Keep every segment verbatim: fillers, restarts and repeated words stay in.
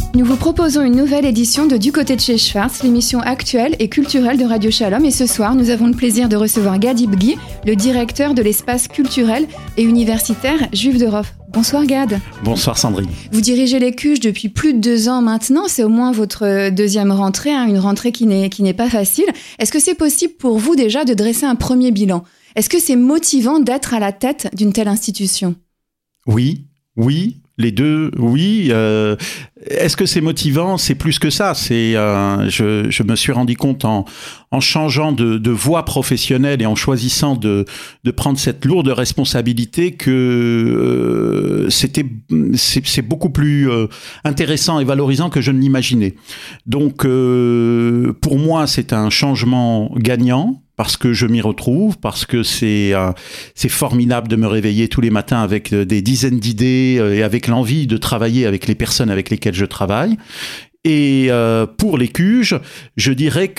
Nous vous proposons une nouvelle édition de Du côté de chez Schwartz, l'émission actuelle et culturelle de Radio Shalom. Et ce soir, nous avons le plaisir de recevoir Gad Ibgi, le directeur de l'espace culturel et universitaire Juif d'Europe. Bonsoir Gad. Bonsoir Sandrine. Vous dirigez les Cuges depuis plus de deux ans maintenant. C'est au moins votre deuxième rentrée, hein, une rentrée qui n'est, qui n'est pas facile. Est-ce que c'est possible pour vous déjà de dresser un premier bilan ? Est-ce que c'est motivant d'être à la tête d'une telle institution ? Oui, oui. Les deux, oui. Euh, est-ce que c'est motivant ? C'est plus que ça. C'est, euh, je, je me suis rendu compte en, en changeant de, de voie professionnelle et en choisissant de, de prendre cette lourde responsabilité que euh, c'était, c'est, c'est beaucoup plus euh, intéressant et valorisant que je ne l'imaginais. Donc, euh, pour moi, c'est un changement gagnant. Parce que je m'y retrouve, parce que c'est euh, c'est formidable de me réveiller tous les matins avec des dizaines d'idées euh, et avec l'envie de travailler avec les personnes avec lesquelles je travaille. Et euh, pour les Cuges, je dirais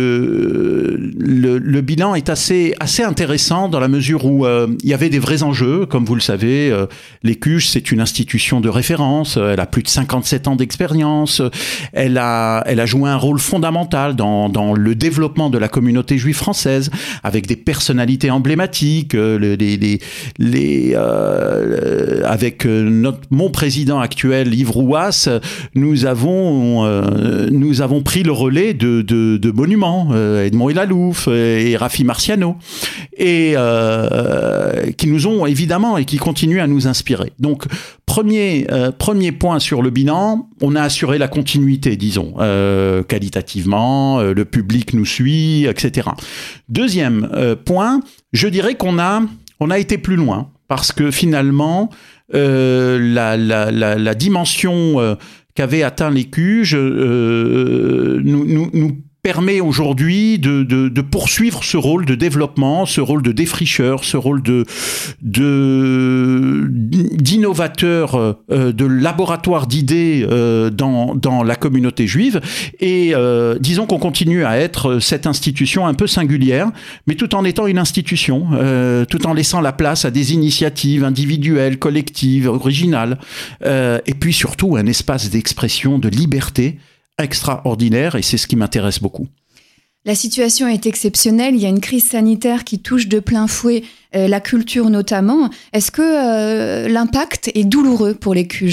que le, le bilan est assez assez intéressant dans la mesure où euh, il y avait des vrais enjeux, comme vous le savez. Euh, les Cuges, c'est une institution de référence. Elle a plus de cinquante-sept ans d'expérience. Elle a elle a joué un rôle fondamental dans dans le développement de la communauté juive française, avec des personnalités emblématiques. Euh, les les les euh, avec notre mon président actuel Yves Rouas, nous avons Euh, nous avons pris le relais de, de, de monuments, euh, Edmond Elalouf et Rafi Marciano, et euh, qui nous ont évidemment et qui continuent à nous inspirer. Donc, premier, euh, premier point sur le bilan, on a assuré la continuité, disons, euh, qualitativement, euh, le public nous suit, et cetera. Deuxième euh, point, je dirais qu'on a, on a été plus loin, parce que finalement, euh, la, la, la, la dimension euh, qu'avaient atteint les Cuges euh, nous, nous, nous permet aujourd'hui de, de, de poursuivre ce rôle de développement, ce rôle de défricheur, ce rôle de, de d'innovateur, euh, de laboratoire d'idées euh, dans, dans la communauté juive. Et euh, disons qu'on continue à être cette institution un peu singulière, mais tout en étant une institution, euh, tout en laissant la place à des initiatives individuelles, collectives, originales, euh, et puis surtout un espace d'expression, de liberté extraordinaire, et c'est ce qui m'intéresse beaucoup. La situation est exceptionnelle, il y a une crise sanitaire qui touche de plein fouet euh, la culture notamment. Est-ce que euh, l'impact est douloureux pour les Cuges ?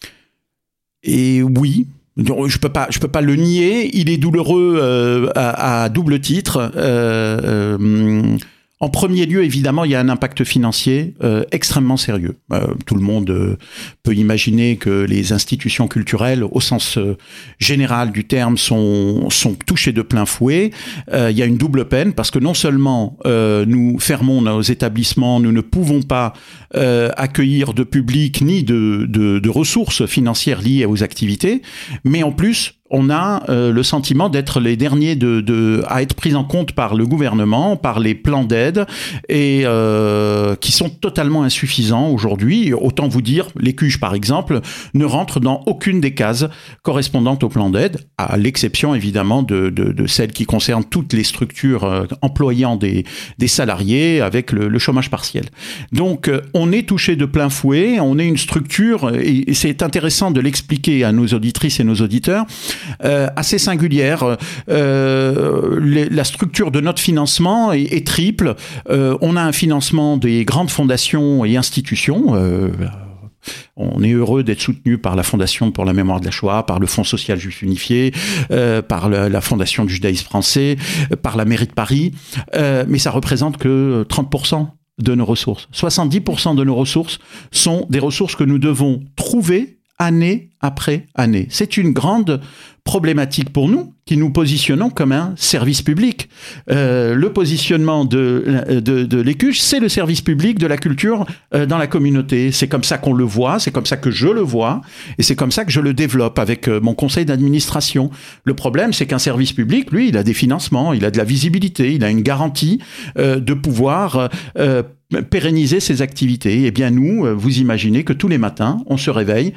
Et oui, je peux pas, je peux pas le nier, il est douloureux euh, à, à double titre. Euh, euh, En premier lieu, évidemment, il y a un impact financier euh, extrêmement sérieux. Euh, tout le monde euh, peut imaginer que les institutions culturelles, au sens euh, général du terme, sont, sont touchées de plein fouet. Euh, il y a une double peine, parce que non seulement euh, nous fermons nos établissements, nous ne pouvons pas euh, accueillir de public ni de, de, de ressources financières liées aux activités, mais en plus, on a euh, le sentiment d'être les derniers de, de, à être pris en compte par le gouvernement, par les plans d'aide, et euh, qui sont totalement insuffisants aujourd'hui. Autant vous dire, les Cuges, par exemple, ne rentrent dans aucune des cases correspondantes au plan d'aide, à l'exception évidemment de, de, de celles qui concernent toutes les structures euh, employant des, des salariés avec le, le chômage partiel. Donc, euh, on est touché de plein fouet, on est une structure, et, et c'est intéressant de l'expliquer à nos auditrices et nos auditeurs, Euh, assez singulière. Euh, les, la structure de notre financement est, est triple. Euh, on a un financement des grandes fondations et institutions. Euh, On est heureux d'être soutenu par la Fondation pour la mémoire de la Shoah, par le Fonds social juif unifié, euh, par le, la Fondation du judaïsme français, euh, par la mairie de Paris. Euh, mais ça représente que trente pour cent de nos ressources. soixante-dix pour cent de nos ressources sont des ressources que nous devons trouver année après année. C'est une grande problématique pour nous, qui nous positionnons comme un service public. Euh, le positionnement de, de, de l'E C U G, c'est le service public de la culture euh, dans la communauté. C'est comme ça qu'on le voit, c'est comme ça que je le vois, et c'est comme ça que je le développe avec euh, mon conseil d'administration. Le problème, c'est qu'un service public, lui, il a des financements, il a de la visibilité, il a une garantie euh, de pouvoir euh, pérenniser ces activités. Eh bien nous, vous imaginez que tous les matins, on se réveille,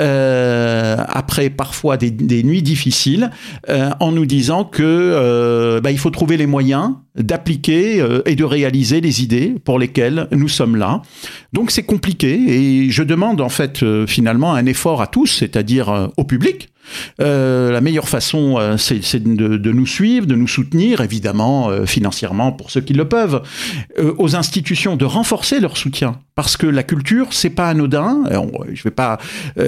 euh, après parfois des, des nuits difficiles, euh, en nous disant que euh, bah, il faut trouver les moyens d'appliquer euh, et de réaliser les idées pour lesquelles nous sommes là. Donc c'est compliqué et je demande en fait euh, finalement un effort à tous, c'est-à-dire euh, au public. Euh, la meilleure façon, euh, c'est, c'est de, de nous suivre, de nous soutenir, évidemment, euh, financièrement pour ceux qui le peuvent, euh, aux institutions de renforcer leur soutien. Parce que la culture, c'est pas anodin. On, je vais pas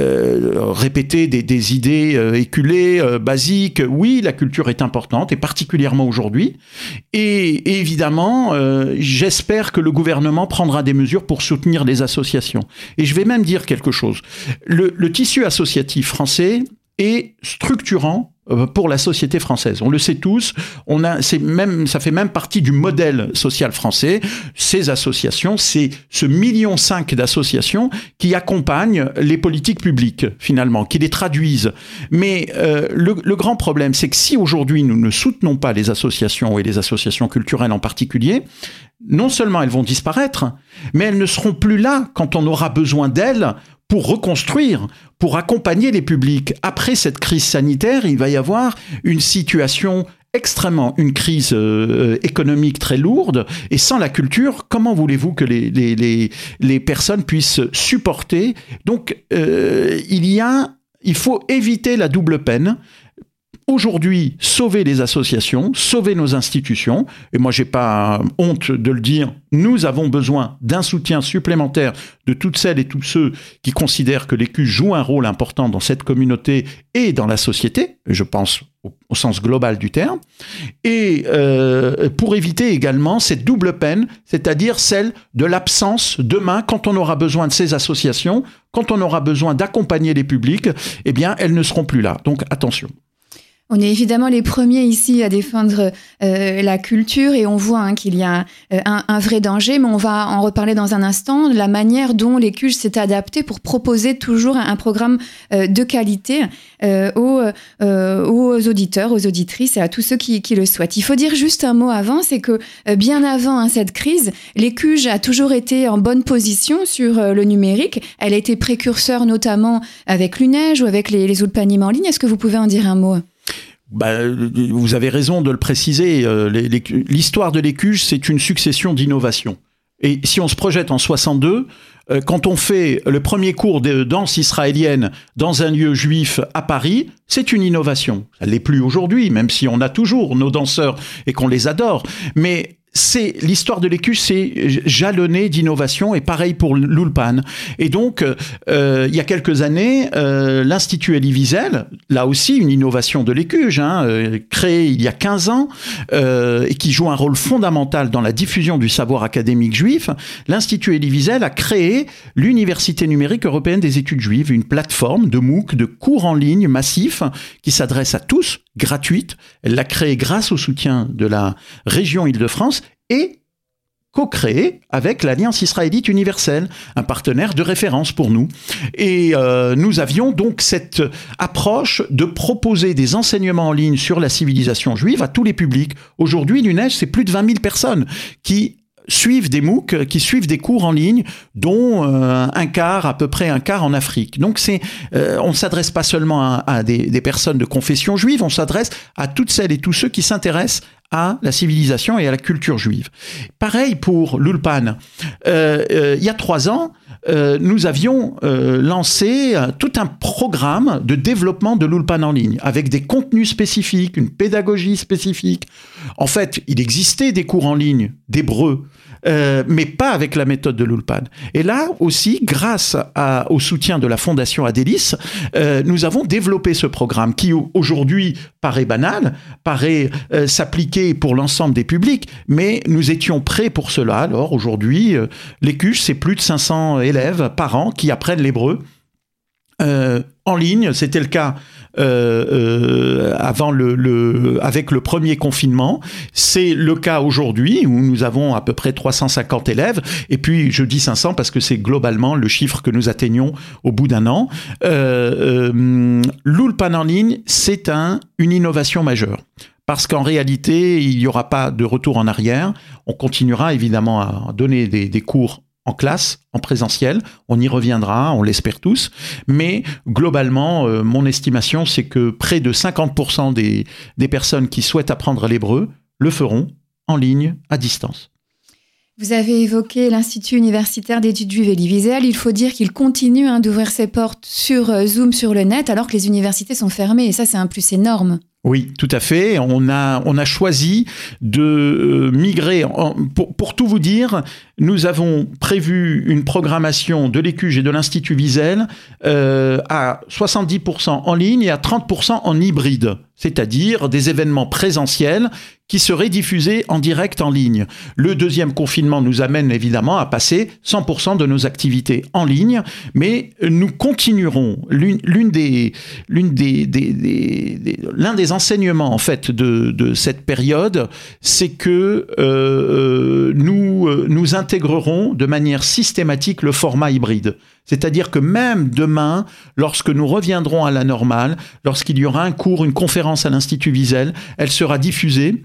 euh, répéter des, des idées euh, éculées, euh, basiques. Oui, la culture est importante, et particulièrement aujourd'hui. Et, et évidemment, euh, j'espère que le gouvernement prendra des mesures pour soutenir les associations. Et je vais même dire quelque chose. Le, le tissu associatif français est structurant pour la société française. On le sait tous, on a, c'est même, ça fait même partie du modèle social français. Ces associations, c'est ce million cinq d'associations qui accompagnent les politiques publiques, finalement, qui les traduisent. Mais euh, le, le grand problème, c'est que si aujourd'hui nous ne soutenons pas les associations, et les associations culturelles en particulier, non seulement elles vont disparaître, mais elles ne seront plus là quand on aura besoin d'elles pour reconstruire, pour accompagner les publics. Après cette crise sanitaire, il va y avoir une situation extrêmement, une crise euh, économique très lourde, et sans la culture, comment voulez-vous que les, les, les, les personnes puissent supporter? Donc, euh, il y a, il faut éviter la double peine. Aujourd'hui, sauver les associations, sauver nos institutions, et moi j'ai pas honte de le dire, nous avons besoin d'un soutien supplémentaire de toutes celles et tous ceux qui considèrent que l'E C U joue un rôle important dans cette communauté et dans la société, je pense au, au sens global du terme, et euh, pour éviter également cette double peine, c'est-à-dire celle de l'absence demain, quand on aura besoin de ces associations, quand on aura besoin d'accompagner les publics, eh bien elles ne seront plus là, donc attention. On est évidemment les premiers ici à défendre euh, la culture et on voit hein, qu'il y a euh, un, un vrai danger, mais on va en reparler dans un instant, la manière dont l'E C U s'est adapté pour proposer toujours un, un programme euh, de qualité euh, aux, euh, aux auditeurs, aux auditrices et à tous ceux qui, qui le souhaitent. Il faut dire juste un mot avant, c'est que euh, bien avant hein, cette crise, l'E C U a toujours été en bonne position sur euh, le numérique. Elle a été précurseur notamment avec l'U N E J ou avec les, les Ulpanimes en ligne. Est-ce que vous pouvez en dire un mot ? Bah, vous avez raison de le préciser. L'histoire de l'E C U, c'est une succession d'innovations. Et si on se projette en soixante-deux, quand on fait le premier cours de danse israélienne dans un lieu juif à Paris, c'est une innovation. Ça ne l'est plus aujourd'hui, même si on a toujours nos danseurs et qu'on les adore. Mais c'est l'histoire de l'E C U, c'est jalonné d'innovation, et pareil pour l'Ulpan. Et donc, euh, il y a quelques années, euh, l'Institut Elie Wiesel, là aussi une innovation de l'E C U, hein, euh, créé il y a quinze ans, euh, et qui joue un rôle fondamental dans la diffusion du savoir académique juif. L'Institut Elie Wiesel a créé l'Université numérique européenne des études juives, une plateforme de MOOC, de cours en ligne massifs, qui s'adresse à tous, gratuite. Elle l'a créée grâce au soutien de la région Île-de-France, et co-créé avec l'Alliance israélite universelle, un partenaire de référence pour nous. Et euh, nous avions donc cette approche de proposer des enseignements en ligne sur la civilisation juive à tous les publics. Aujourd'hui, l'U N E J, c'est plus de vingt mille personnes qui suivent des MOOC, qui suivent des cours en ligne, dont euh, un quart, à peu près un quart en Afrique. Donc c'est, euh, on ne s'adresse pas seulement à, à des, des personnes de confession juive, on s'adresse à toutes celles et tous ceux qui s'intéressent à la civilisation et à la culture juive. Pareil pour l'Ulpan. Euh, euh, il y a trois ans, euh, nous avions euh, lancé euh, tout un programme de développement de l'Ulpan en ligne, avec des contenus spécifiques, une pédagogie spécifique. En fait, il existait des cours en ligne d'hébreu, Euh, mais pas avec la méthode de l'Ulpan. Et là aussi, grâce à, au soutien de la Fondation Adélis, euh, nous avons développé ce programme qui aujourd'hui paraît banal, paraît euh, s'appliquer pour l'ensemble des publics, mais nous étions prêts pour cela. Alors aujourd'hui, euh, l'E C U, c'est plus de cinq cents élèves par an qui apprennent l'hébreu euh, en ligne. C'était le cas Euh, euh, avant le, le, avec le premier confinement. C'est le cas aujourd'hui où nous avons à peu près trois cent cinquante élèves. Et puis, je dis cinq cents parce que c'est globalement le chiffre que nous atteignons au bout d'un an. Euh, euh, L'Ulpan en ligne, c'est un, une innovation majeure. parce qu'en réalité, il n'y aura pas de retour en arrière. On continuera évidemment à donner des, des cours en classe, en présentiel. On y reviendra, on l'espère tous. Mais globalement, euh, mon estimation, c'est que près de cinquante pour cent des, des personnes qui souhaitent apprendre l'hébreu le feront en ligne, à distance. Vous avez évoqué l'Institut universitaire d'études juives Elie Wiesel. Il faut dire qu'il continue hein, d'ouvrir ses portes sur euh, Zoom, sur le net, alors que les universités sont fermées. Et ça, c'est un plus énorme. Oui, tout à fait. On a, on a choisi de euh, migrer. En, pour, pour tout vous dire, nous avons prévu une programmation de l'E Q J et de l'Institut Wiesel euh, à soixante-dix pour cent en ligne et à trente pour cent en hybride, c'est-à-dire des événements présentiels qui seraient diffusés en direct en ligne. Le deuxième confinement nous amène évidemment à passer cent pour cent de nos activités en ligne, mais nous continuerons. L'une, l'une des, l'une des, des, des, des, l'un des enseignements en fait de, de cette période, c'est que euh, nous, nous intégrerons de manière systématique le format hybride. C'est-à-dire que même demain, lorsque nous reviendrons à la normale, lorsqu'il y aura un cours, une conférence à l'Institut Wiesel, elle sera diffusée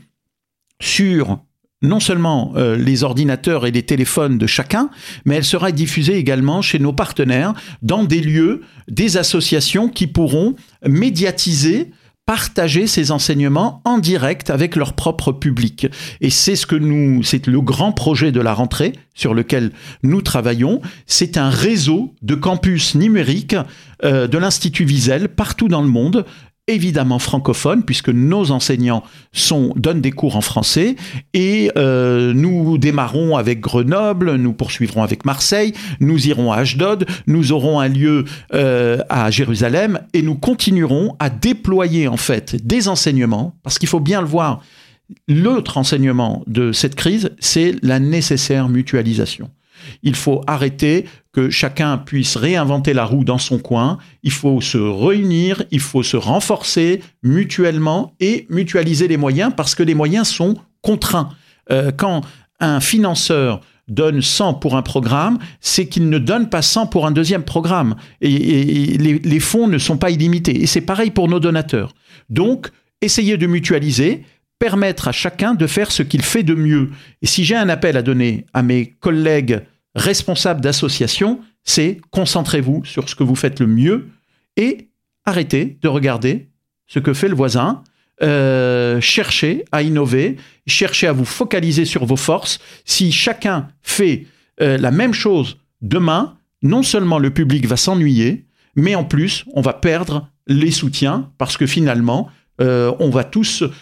sur non seulement euh, les ordinateurs et les téléphones de chacun, mais elle sera diffusée également chez nos partenaires dans des lieux, des associations qui pourront médiatiser, partager ces enseignements en direct avec leur propre public. Et c'est ce que nous, c'est le grand projet de la rentrée sur lequel nous travaillons. C'est un réseau de campus numériques euh, de l'Institut Wiesel partout dans le monde, évidemment francophone, puisque nos enseignants sont, donnent des cours en français, et euh, nous démarrons avec Grenoble, nous poursuivrons avec Marseille, nous irons à Ashdod, nous aurons un lieu euh, à Jérusalem, et nous continuerons à déployer en fait des enseignements, parce qu'il faut bien le voir, l'autre enseignement de cette crise, c'est la nécessaire mutualisation. Il faut arrêter que chacun puisse réinventer la roue dans son coin. Il faut se réunir, il faut se renforcer mutuellement et mutualiser les moyens parce que les moyens sont contraints. Euh, quand un financeur donne cent pour un programme, c'est qu'il ne donne pas cent pour un deuxième programme. Et, et, et les, les fonds ne sont pas illimités. Et c'est pareil pour nos donateurs. Donc, essayez de mutualiser, permettre à chacun de faire ce qu'il fait de mieux. Et si j'ai un appel à donner à mes collègues responsables d'associations, c'est concentrez-vous sur ce que vous faites le mieux et arrêtez de regarder ce que fait le voisin. Euh, cherchez à innover, cherchez à vous focaliser sur vos forces. Si chacun fait euh, la même chose demain, non seulement le public va s'ennuyer, mais en plus, on va perdre les soutiens parce que finalement, Euh, on va tous... Euh,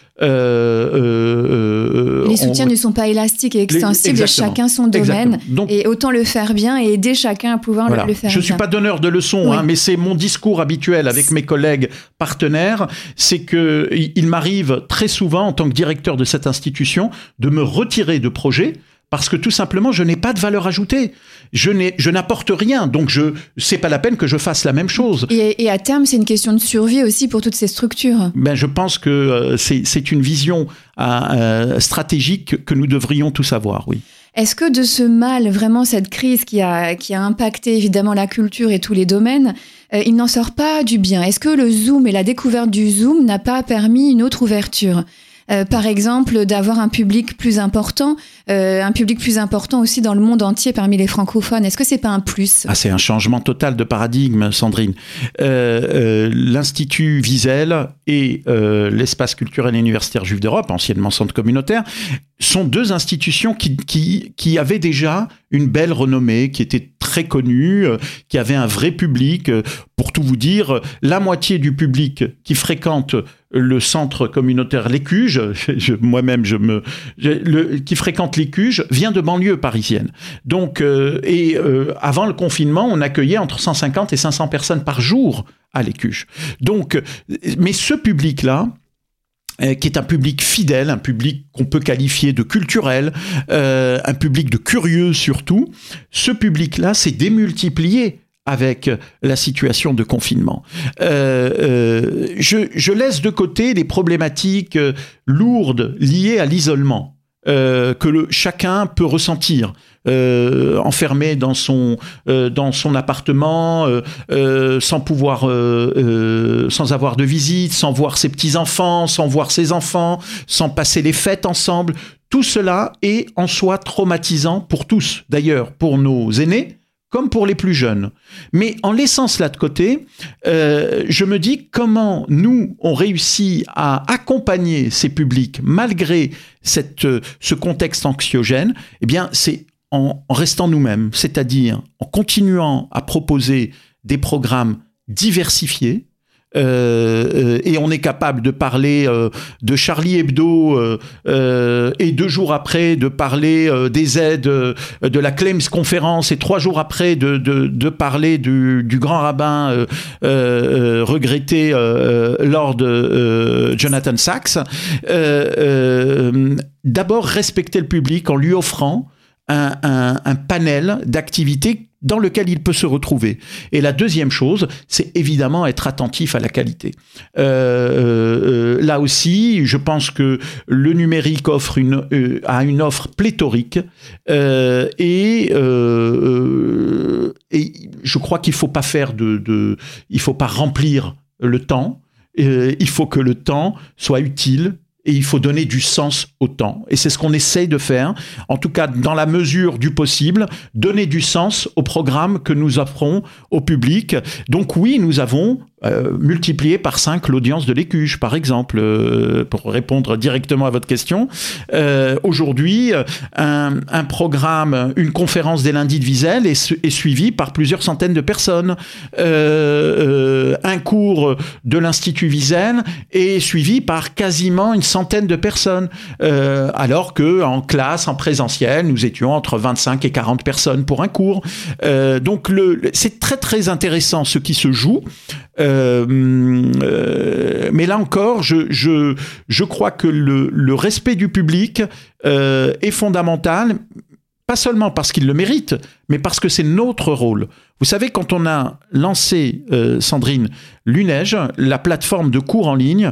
euh, les soutiens on... ne sont pas élastiques et extensibles, les... chacun son domaine. Donc, et autant le faire bien et aider chacun à pouvoir voilà. le faire Je ne bien. suis pas donneur de leçons, oui. hein, mais c'est mon discours habituel avec mes collègues partenaires. C'est qu'il m'arrive très souvent, en tant que directeur de cette institution, de me retirer de projets parce que tout simplement, je n'ai pas de valeur ajoutée. Je, n'ai, je n'apporte rien, donc je, c'est pas la peine que je fasse la même chose. Et, et à terme, c'est une question de survie aussi pour toutes ces structures. Ben, je pense que euh, c'est, c'est une vision euh, stratégique que nous devrions tous avoir, oui. Est-ce que de ce mal, vraiment cette crise qui a, qui a impacté évidemment la culture et tous les domaines, euh, il n'en sort pas du bien? Est-ce que le Zoom et la découverte du Zoom n'a pas permis une autre ouverture ? Euh, par exemple, d'avoir un public plus important, euh, un public plus important aussi dans le monde entier parmi les francophones. Est-ce que c'est pas un plus ? Ah, c'est un changement total de paradigme, Sandrine. Euh, euh, L'Institut Wiesel et euh, l'Espace culturel et universitaire juif d'Europe, anciennement centre communautaire, sont deux institutions qui, qui, qui avaient déjà une belle renommée, qui étaient très connues, euh, qui avaient un vrai public. Euh, pour tout vous dire, la moitié du public qui fréquente le centre communautaire l'E Q J, je, je, moi-même, je me, je, le, qui fréquente l'E Q J, vient de banlieue parisienne. Donc, euh, et euh, avant le confinement, on accueillait entre cent cinquante et cinq cents personnes par jour à l'E Q J. Donc, mais ce public-là, euh, qui est un public fidèle, un public qu'on peut qualifier de culturel, euh, un public de curieux surtout, ce public-là s'est démultiplié avec la situation de confinement. Euh, euh, je, je laisse de côté les problématiques lourdes liées à l'isolement. euh, que le, chacun peut ressentir. Euh, enfermé dans son euh, dans son appartement, euh, euh, sans pouvoir, euh, euh, sans avoir de visite, sans voir ses petits enfants, sans voir ses enfants, sans passer les fêtes ensemble. Tout cela est en soi traumatisant pour tous, d'ailleurs pour nos aînés comme pour les plus jeunes. Mais en laissant cela de côté, euh, je me dis comment nous on réussit à accompagner ces publics malgré cette ce contexte anxiogène. Eh bien, c'est en restant nous-mêmes, c'est-à-dire en continuant à proposer des programmes diversifiés, euh, et on est capable de parler euh, de Charlie Hebdo euh, euh, et deux jours après de parler euh, des aides euh, de la Claims Conférence et trois jours après de, de, de parler du, du grand rabbin euh, euh, regretté euh, Lord euh, Jonathan Sacks. Euh, euh, d'abord respecter le public en lui offrant Un, un, un panel d'activités dans lequel il peut se retrouver. Et la deuxième chose, c'est évidemment être attentif à la qualité. Euh, euh, là aussi, je pense que le numérique offre une, euh, a une offre pléthorique euh, et, euh, et je crois qu'il faut pas faire de, de, il faut pas remplir le temps. Euh, il faut que le temps soit utile. Et il faut donner du sens au temps. Et c'est ce qu'on essaye de faire, en tout cas dans la mesure du possible, donner du sens au programme que nous offrons au public. Donc oui, nous avons euh, multiplié par cinq l'audience de l'Écuge, par exemple, euh, pour répondre directement à votre question. Euh, aujourd'hui, un, un programme, une conférence des lundis de Wiesel est, est suivi par plusieurs centaines de personnes. Euh, euh, un cours de l'Institut Wiesel est suivi par quasiment une centaine de personnes, euh, alors que en classe, en présentiel, nous étions entre vingt-cinq et quarante personnes pour un cours. Euh, donc le, c'est très très intéressant ce qui se joue. Euh, euh, mais là encore, je, je, je crois que le, le respect du public euh, est fondamental, pas seulement parce qu'il le mérite, mais parce que c'est notre rôle. Vous savez, quand on a lancé, euh, Sandrine, l'UNEJ, la plateforme de cours en ligne,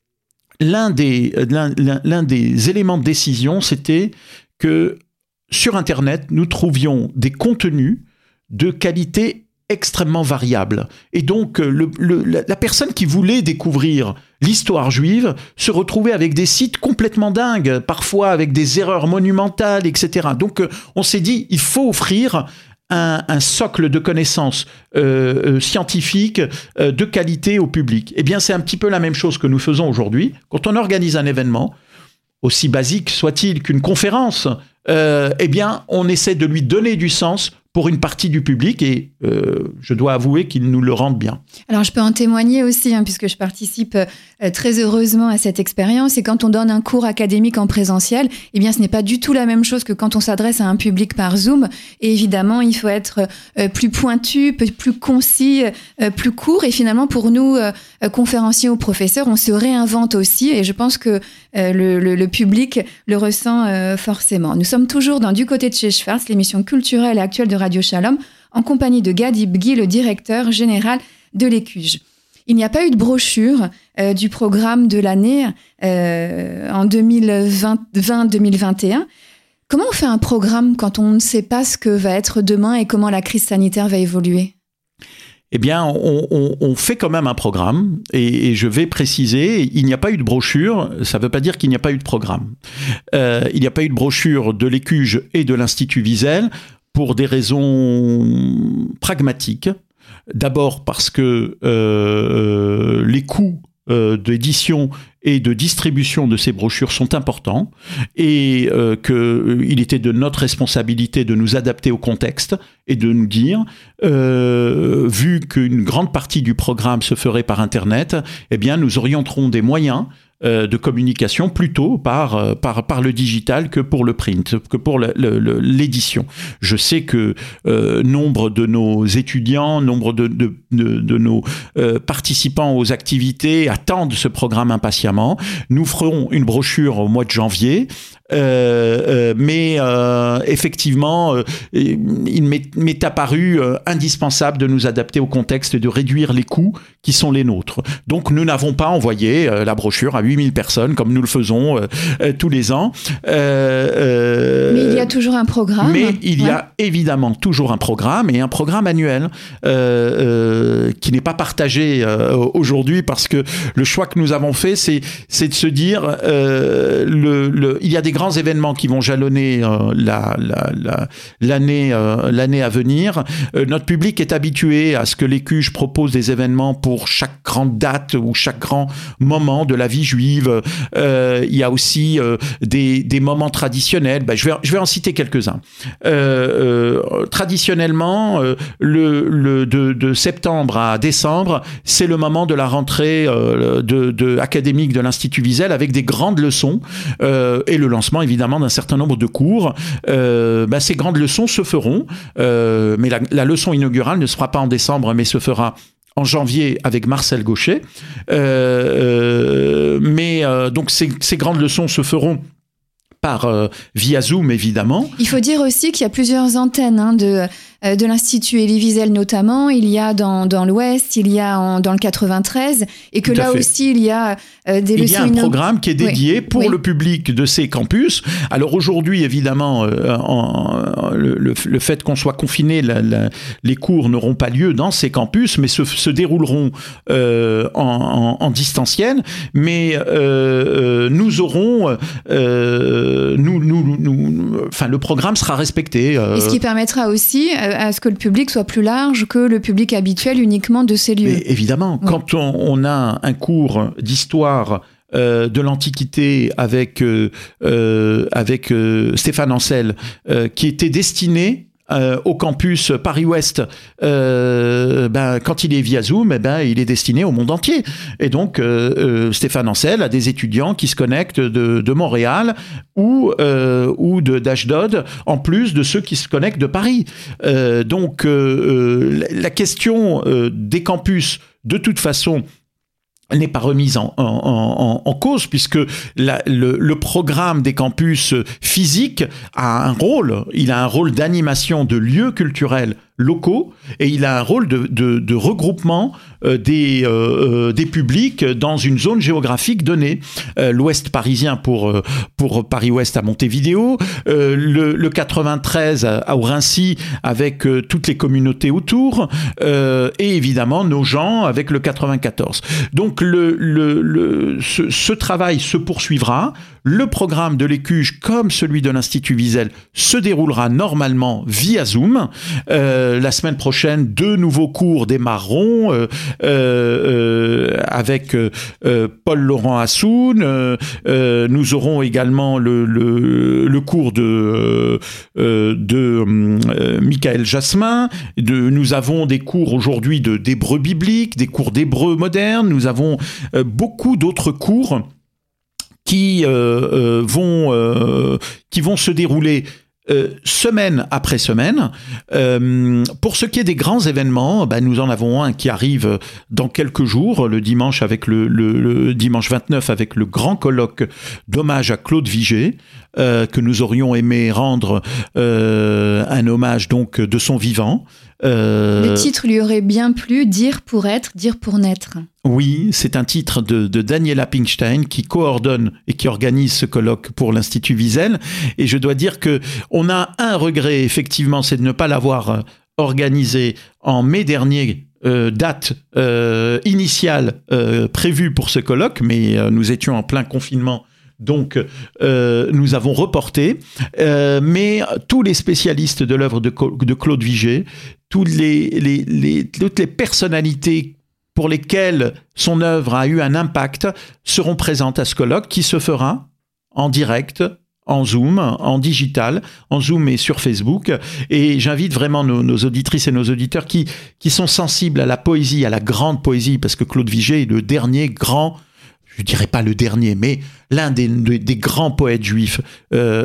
L'un des, l'un, l'un des éléments de décision, c'était que sur Internet, nous trouvions des contenus de qualité extrêmement variable. Et donc, le, le, la personne qui voulait découvrir l'histoire juive se retrouvait avec des sites complètement dingues, parfois avec des erreurs monumentales, et cetera. Donc, on s'est dit, il faut offrir Un, un socle de connaissances euh, scientifiques euh, de qualité au public. Eh bien, c'est un petit peu la même chose que nous faisons aujourd'hui. Quand on organise un événement, aussi basique soit-il qu'une conférence, euh, eh bien, on essaie de lui donner du sens pour une partie du public et euh, je dois avouer qu'ils nous le rendent bien. Alors, je peux en témoigner aussi, hein, puisque je participe euh, très heureusement à cette expérience. Et quand on donne un cours académique en présentiel, eh bien, ce n'est pas du tout la même chose que quand on s'adresse à un public par Zoom. Et évidemment, il faut être euh, plus pointu, plus concis, euh, plus court. Et finalement, pour nous, euh, conférenciers ou professeurs, on se réinvente aussi. Et je pense que euh, le, le, le public le ressent euh, forcément. Nous sommes toujours dans Du côté de chez Schwartz, l'émission culturelle et actuelle de Radio Shalom, en compagnie de Gadi Bghi, le directeur général de l'Écuge. Il n'y a pas eu de brochure euh, du programme de l'année euh, en deux mille vingt deux mille vingt et un. Comment on fait un programme quand on ne sait pas ce que va être demain et comment la crise sanitaire va évoluer ? Eh bien, on, on, on fait quand même un programme, et, et je vais préciser, il n'y a pas eu de brochure, ça ne veut pas dire qu'il n'y a pas eu de programme. Euh, il n'y a pas eu de brochure de l'Écuge et de l'Institut Wiesel pour des raisons pragmatiques. D'abord parce que euh, les coûts euh, d'édition et de distribution de ces brochures sont importants et euh, qu'il était de notre responsabilité de nous adapter au contexte et de nous dire, euh, vu qu'une grande partie du programme se ferait par Internet, eh bien nous orienterons des moyens euh, de communication plutôt par, par, par le digital que pour le print, que pour le, le, l'édition. Je sais que euh, nombre de nos étudiants, nombre de, de, de, de nos euh, participants aux activités attendent ce programme impatiemment. Nous ferons une brochure au mois de janvier Euh, euh, mais euh, effectivement, euh, il m'est, m'est apparu euh, indispensable de nous adapter au contexte et de réduire les coûts qui sont les nôtres. Donc nous n'avons pas envoyé euh, la brochure à huit mille personnes comme nous le faisons euh, euh, tous les ans. Euh, euh, mais il y a toujours un programme. Mais il ouais. y a évidemment toujours un programme et un programme annuel euh, euh, qui n'est pas partagé euh, aujourd'hui parce que le choix que nous avons fait, c'est, c'est de se dire euh, le, le, il y a des grands événements qui vont jalonner euh, la, la, la, l'année, euh, l'année à venir. Euh, notre public est habitué à ce que l'E C U J propose des événements pour chaque grande date ou chaque grand moment de la vie juive. Euh, il y a aussi euh, des, des moments traditionnels. Ben, je vais, je vais en citer quelques-uns. Euh, euh, traditionnellement, euh, le, le, de, de septembre à décembre, c'est le moment de la rentrée euh, de, de, académique de l'Institut Wiesel avec des grandes leçons euh, et le lancement évidemment d'un certain nombre de cours. Euh, ben, ces grandes leçons se feront, euh, mais la, la leçon inaugurale ne se fera pas en décembre, mais se fera en janvier avec Marcel Gauchet. Euh, euh, mais euh, donc ces, ces grandes leçons se feront par euh, via Zoom évidemment. Il faut dire aussi qu'il y a plusieurs antennes hein, de euh, de l'Institut Elie Wiesel notamment. Il y a dans dans l'Ouest, il y a en, dans le quatre-vingt-treize, et que là fait. aussi il y a euh, des il leçons. Il y a un programme qui est dédié oui. pour oui. le public de ces campus. Alors aujourd'hui évidemment, euh, en, en, le, le fait qu'on soit confiné, la, la, les cours n'auront pas lieu dans ces campus, mais se, se dérouleront euh, en, en, en distanciel. Mais euh, euh, nous aurons euh, Nous, nous, nous, enfin, le programme sera respecté. Euh... Et ce qui permettra aussi à ce que le public soit plus large que le public habituel uniquement de ces lieux. Mais évidemment, oui. quand on, on a un cours d'histoire euh, de l'Antiquité avec, euh, euh, avec euh, Stéphane Ancel, euh, qui était destiné Euh, au campus Paris-Ouest, euh, ben, quand il est via Zoom, eh ben, il est destiné au monde entier. Et donc, euh, euh, Stéphane Ancel a des étudiants qui se connectent de, de Montréal ou, euh, ou de, d'Ashdod, en plus de ceux qui se connectent de Paris. Euh, donc, euh, la question euh, des campus, de toute façon, n'est pas remise en, en, en, en cause, puisque la, le, le programme des campus physiques a un rôle, il a un rôle d'animation de lieux culturels locaux, et il a un rôle de, de, de regroupement euh, des, euh, des publics dans une zone géographique donnée. Euh, L'Ouest parisien pour, pour Paris-Ouest à Montevideo, euh, le, le quatre-vingt-treize à Ourency avec euh, toutes les communautés autour, euh, et évidemment nos gens avec le quatre-vingt-quatorze. Donc le, le, le, ce, ce travail se poursuivra. Le programme de l'E C U J, comme celui de l'Institut Wiesel, se déroulera normalement via Zoom. Euh, la semaine prochaine, deux nouveaux cours démarreront euh, euh, avec euh, Paul-Laurent Assoun. Euh, euh, nous aurons également le, le, le cours de, euh, de euh, Michael Jasmin. De, nous avons des cours aujourd'hui de, d'hébreu biblique, des cours d'hébreu moderne. Nous avons euh, beaucoup d'autres cours qui euh, euh, vont euh, qui vont se dérouler euh, semaine après semaine. Euh, pour ce qui est des grands événements, ben, nous en avons un qui arrive dans quelques jours, le dimanche avec le, le, le dimanche vingt-neuf avec le grand colloque d'hommage à Claude Vigée, euh, que nous aurions aimé rendre euh, un hommage donc de son vivant. Euh... Le titre lui aurait bien plu, Dire pour être, dire pour naître. Oui, c'est un titre de, de Daniela Pinkstein qui coordonne et qui organise ce colloque pour l'Institut Wiesel. Et je dois dire que on a un regret, effectivement, c'est de ne pas l'avoir organisé en mai dernier, euh, date euh, initiale euh, prévue pour ce colloque, mais euh, nous étions en plein confinement. Donc, euh, nous avons reporté, euh, mais tous les spécialistes de l'œuvre de, de Claude Vigée, tous les, les, les, toutes les personnalités pour lesquelles son œuvre a eu un impact seront présentes à ce colloque qui se fera en direct, en Zoom, en digital, en Zoom et sur Facebook. Et j'invite vraiment nos, nos auditrices et nos auditeurs qui, qui sont sensibles à la poésie, à la grande poésie, parce que Claude Vigée est le dernier grand, je dirais pas le dernier, mais l'un des, des, des grands poètes juifs. Euh,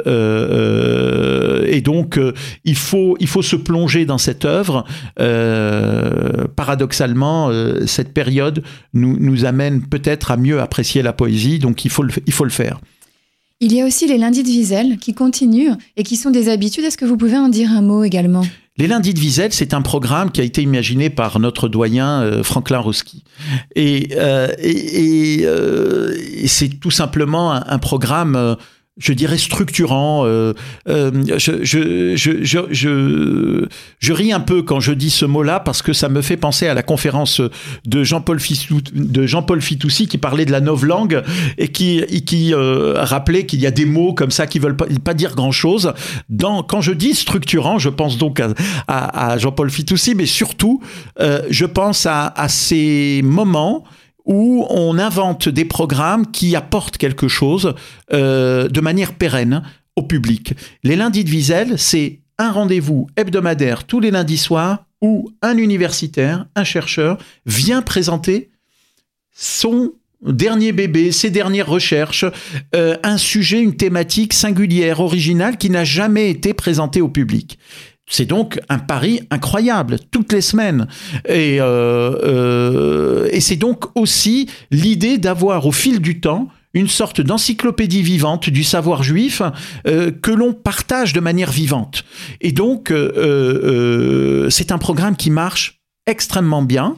euh, et donc, euh, il faut, il faut se plonger dans cette œuvre. Euh, paradoxalement, euh, cette période nous, nous amène peut-être à mieux apprécier la poésie, donc il faut le, il faut le faire. Il y a aussi les lundis de Wiesel qui continuent et qui sont des habitudes. Est-ce que vous pouvez en dire un mot également ? Les lundis de Wiesel, c'est un programme qui a été imaginé par notre doyen euh, Franklin Roski. Et, euh, et, et, euh, et c'est tout simplement un, un programme... Euh, je dirais structurant. Euh, euh, je, je, je, je, je, je ris un peu quand je dis ce mot-là parce que ça me fait penser à la conférence de Jean-Paul Fitou, de Jean-Paul Fitoussi qui parlait de la novlangue et qui, et qui euh, rappelait qu'il y a des mots comme ça qui veulent pas, pas dire grand-chose. Dans, quand je dis structurant, je pense donc à, à, à Jean-Paul Fitoussi, mais surtout, euh, je pense à, à ces moments où on invente des programmes qui apportent quelque chose euh, de manière pérenne au public. Les lundis de Wiesel, c'est un rendez-vous hebdomadaire tous les lundis soirs où un universitaire, un chercheur, vient présenter son dernier bébé, ses dernières recherches, euh, un sujet, une thématique singulière, originale, qui n'a jamais été présentée au public. C'est donc un pari incroyable, toutes les semaines. Et, euh, euh, et c'est donc aussi l'idée d'avoir au fil du temps une sorte d'encyclopédie vivante du savoir juif euh, que l'on partage de manière vivante. Et donc, euh, euh, c'est un programme qui marche extrêmement bien.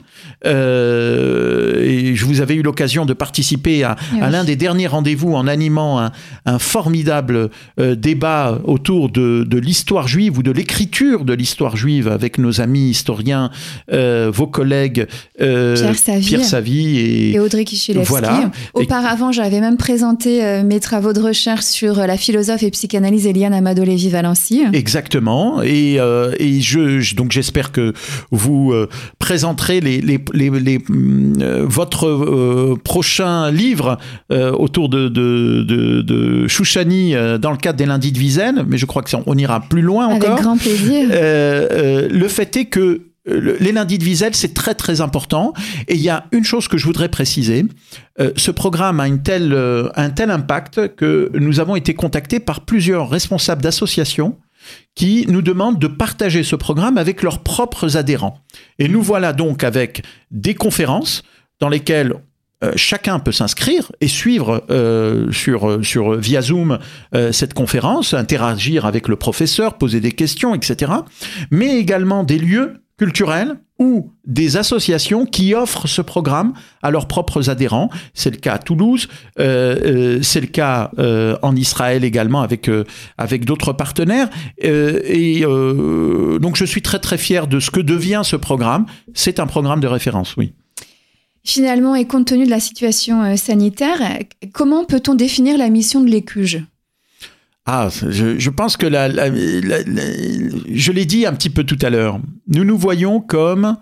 Euh, et je vous avais eu l'occasion de participer à, oui. à l'un des derniers rendez-vous en animant un, un formidable euh, débat autour de, de l'histoire juive ou de l'écriture de l'histoire juive avec nos amis historiens, euh, vos collègues euh, Pierre Savy, Pierre Savy et, et Audrey Kichelewski. Voilà. Auparavant, j'avais même présenté euh, mes travaux de recherche sur la philosophe et psychanalyse Eliane Amado-Lévy-Valency. Exactement. Et, euh, et je, je, donc j'espère que vous euh, présenterez les, les, les, les, euh, votre euh, prochain livre euh, autour de, de, de, de Chouchani euh, dans le cadre des lundis de Wiesel, mais je crois qu'on ira plus loin encore. Avec grand plaisir. Euh, euh, le fait est que euh, les lundis de Wiesel, c'est très très important. Et il y a une chose que je voudrais préciser. Euh, ce programme a une telle, euh, un tel impact que nous avons été contactés par plusieurs responsables d'associations qui nous demandent de partager ce programme avec leurs propres adhérents. Et nous voilà donc avec des conférences dans lesquelles euh, chacun peut s'inscrire et suivre euh, sur, sur, via Zoom euh, cette conférence, interagir avec le professeur, poser des questions, et cetera. Mais également des lieux culturels ou des associations qui offrent ce programme à leurs propres adhérents. C'est le cas à Toulouse, euh, euh, c'est le cas euh, en Israël également avec, euh, avec d'autres partenaires. Euh, et euh, donc je suis très très fier de ce que devient ce programme. C'est un programme de référence, oui. Finalement, et compte tenu de la situation euh, sanitaire, comment peut-on définir la mission de l'E C U J ? Ah, je, je pense que la, la, la, la, je l'ai dit un petit peu tout à l'heure, nous nous voyons comme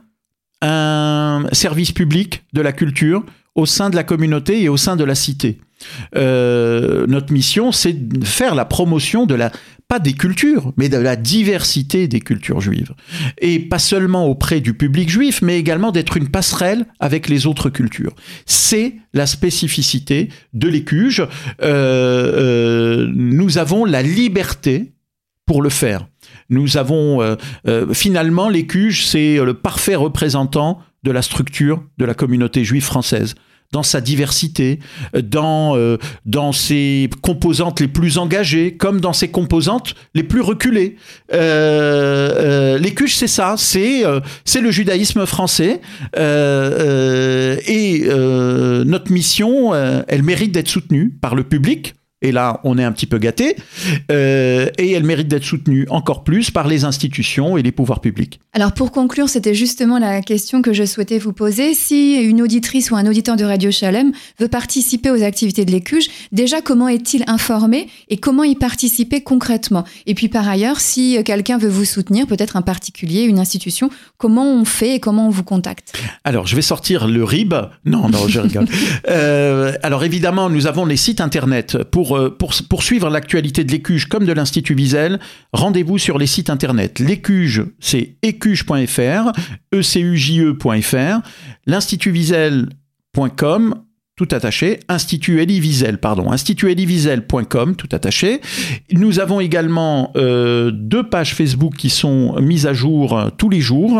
un service public de la culture au sein de la communauté et au sein de la cité. Euh, notre mission, c'est de faire la promotion de la, pas des cultures, mais de la diversité des cultures juives. Et pas seulement auprès du public juif, mais également d'être une passerelle avec les autres cultures. C'est la spécificité de l'E C U J. Euh, euh, nous avons la liberté pour le faire. Nous avons, euh, euh, finalement, l'E C U J, c'est le parfait représentant de la structure de la communauté juive française, dans sa diversité, dans, euh, dans ses composantes les plus engagées, comme dans ses composantes les plus reculées. Euh, euh, l'E C U J, c'est ça, c'est, euh, c'est le judaïsme français, euh, euh, et euh, notre mission, euh, elle mérite d'être soutenue par le public. Et là, on est un petit peu gâté. Euh, et elle mérite d'être soutenue encore plus par les institutions et les pouvoirs publics. Alors pour conclure, c'était justement la question que je souhaitais vous poser. Si une auditrice ou un auditeur de Radio Shalem veut participer aux activités de l'E C U J, déjà comment est-il informé et comment y participer concrètement ? Et puis par ailleurs, si quelqu'un veut vous soutenir, peut-être un particulier, une institution, comment on fait et comment on vous contacte ? Alors je vais sortir le R I B. Non, non, je rigole. euh, alors évidemment, nous avons les sites internet pour Pour, pour suivre l'actualité de l'E C U J comme de l'Institut Wiesel, rendez-vous sur les sites internet. L'E C U J, c'est e c u j point f r, e c u j e point f r, l'institut wiesel point com, tout attaché, Institut Elie Wiesel, pardon, institut elie wiesel point com, tout attaché. Nous avons également euh, deux pages Facebook qui sont mises à jour tous les jours.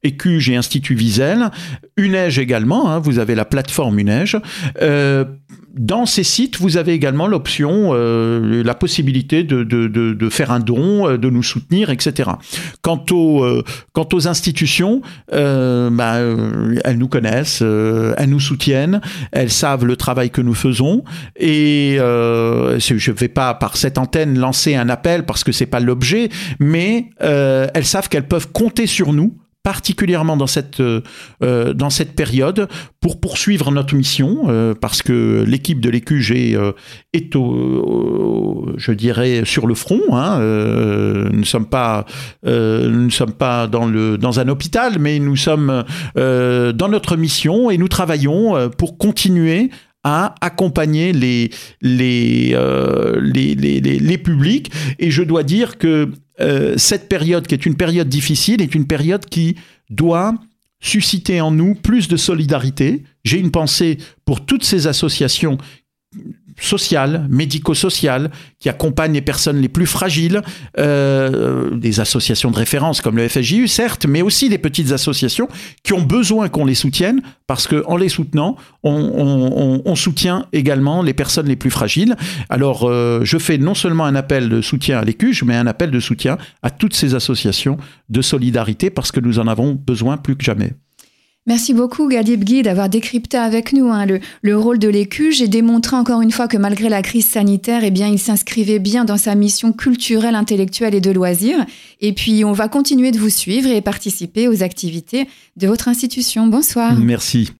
Écuges et Institut Wiesel, Unège également, hein, vous avez la plateforme Unège. Euh, Dans ces sites, vous avez également l'option, euh, la possibilité de, de, de, de faire un don, de nous soutenir, et cetera. Quant aux, euh, quant aux institutions, euh, bah, euh, elles nous connaissent, euh, elles nous soutiennent, elles savent le travail que nous faisons. Et euh, je ne vais pas, par cette antenne, lancer un appel parce que c'est pas l'objet, mais euh, elles savent qu'elles peuvent compter sur nous, particulièrement dans cette, euh, dans cette période, pour poursuivre notre mission, euh, parce que l'équipe de l'Écuge est, euh, est au, au, je dirais, sur le front. Hein, euh, nous ne sommes pas, euh, nous ne sommes pas dans, le, dans un hôpital, mais nous sommes euh, dans notre mission et nous travaillons pour continuer à accompagner les, les, euh, les, les, les, les publics. Et je dois dire que euh, cette période, qui est une période difficile, est une période qui doit susciter en nous plus de solidarité. J'ai une pensée pour toutes ces associations sociales, médico-sociales, qui accompagnent les personnes les plus fragiles, euh, des associations de référence comme le F S J U, certes, mais aussi des petites associations qui ont besoin qu'on les soutienne, parce qu'en les soutenant, on, on, on soutient également les personnes les plus fragiles. Alors, euh, je fais non seulement un appel de soutien à l'Écuge, mais un appel de soutien à toutes ces associations de solidarité, parce que nous en avons besoin plus que jamais. Merci beaucoup, Galip Guy, d'avoir décrypté avec nous hein, le, le rôle de l'Écuge et démontré encore une fois que malgré la crise sanitaire, eh bien, il s'inscrivait bien dans sa mission culturelle, intellectuelle et de loisirs. Et puis, on va continuer de vous suivre et participer aux activités de votre institution. Bonsoir. Merci.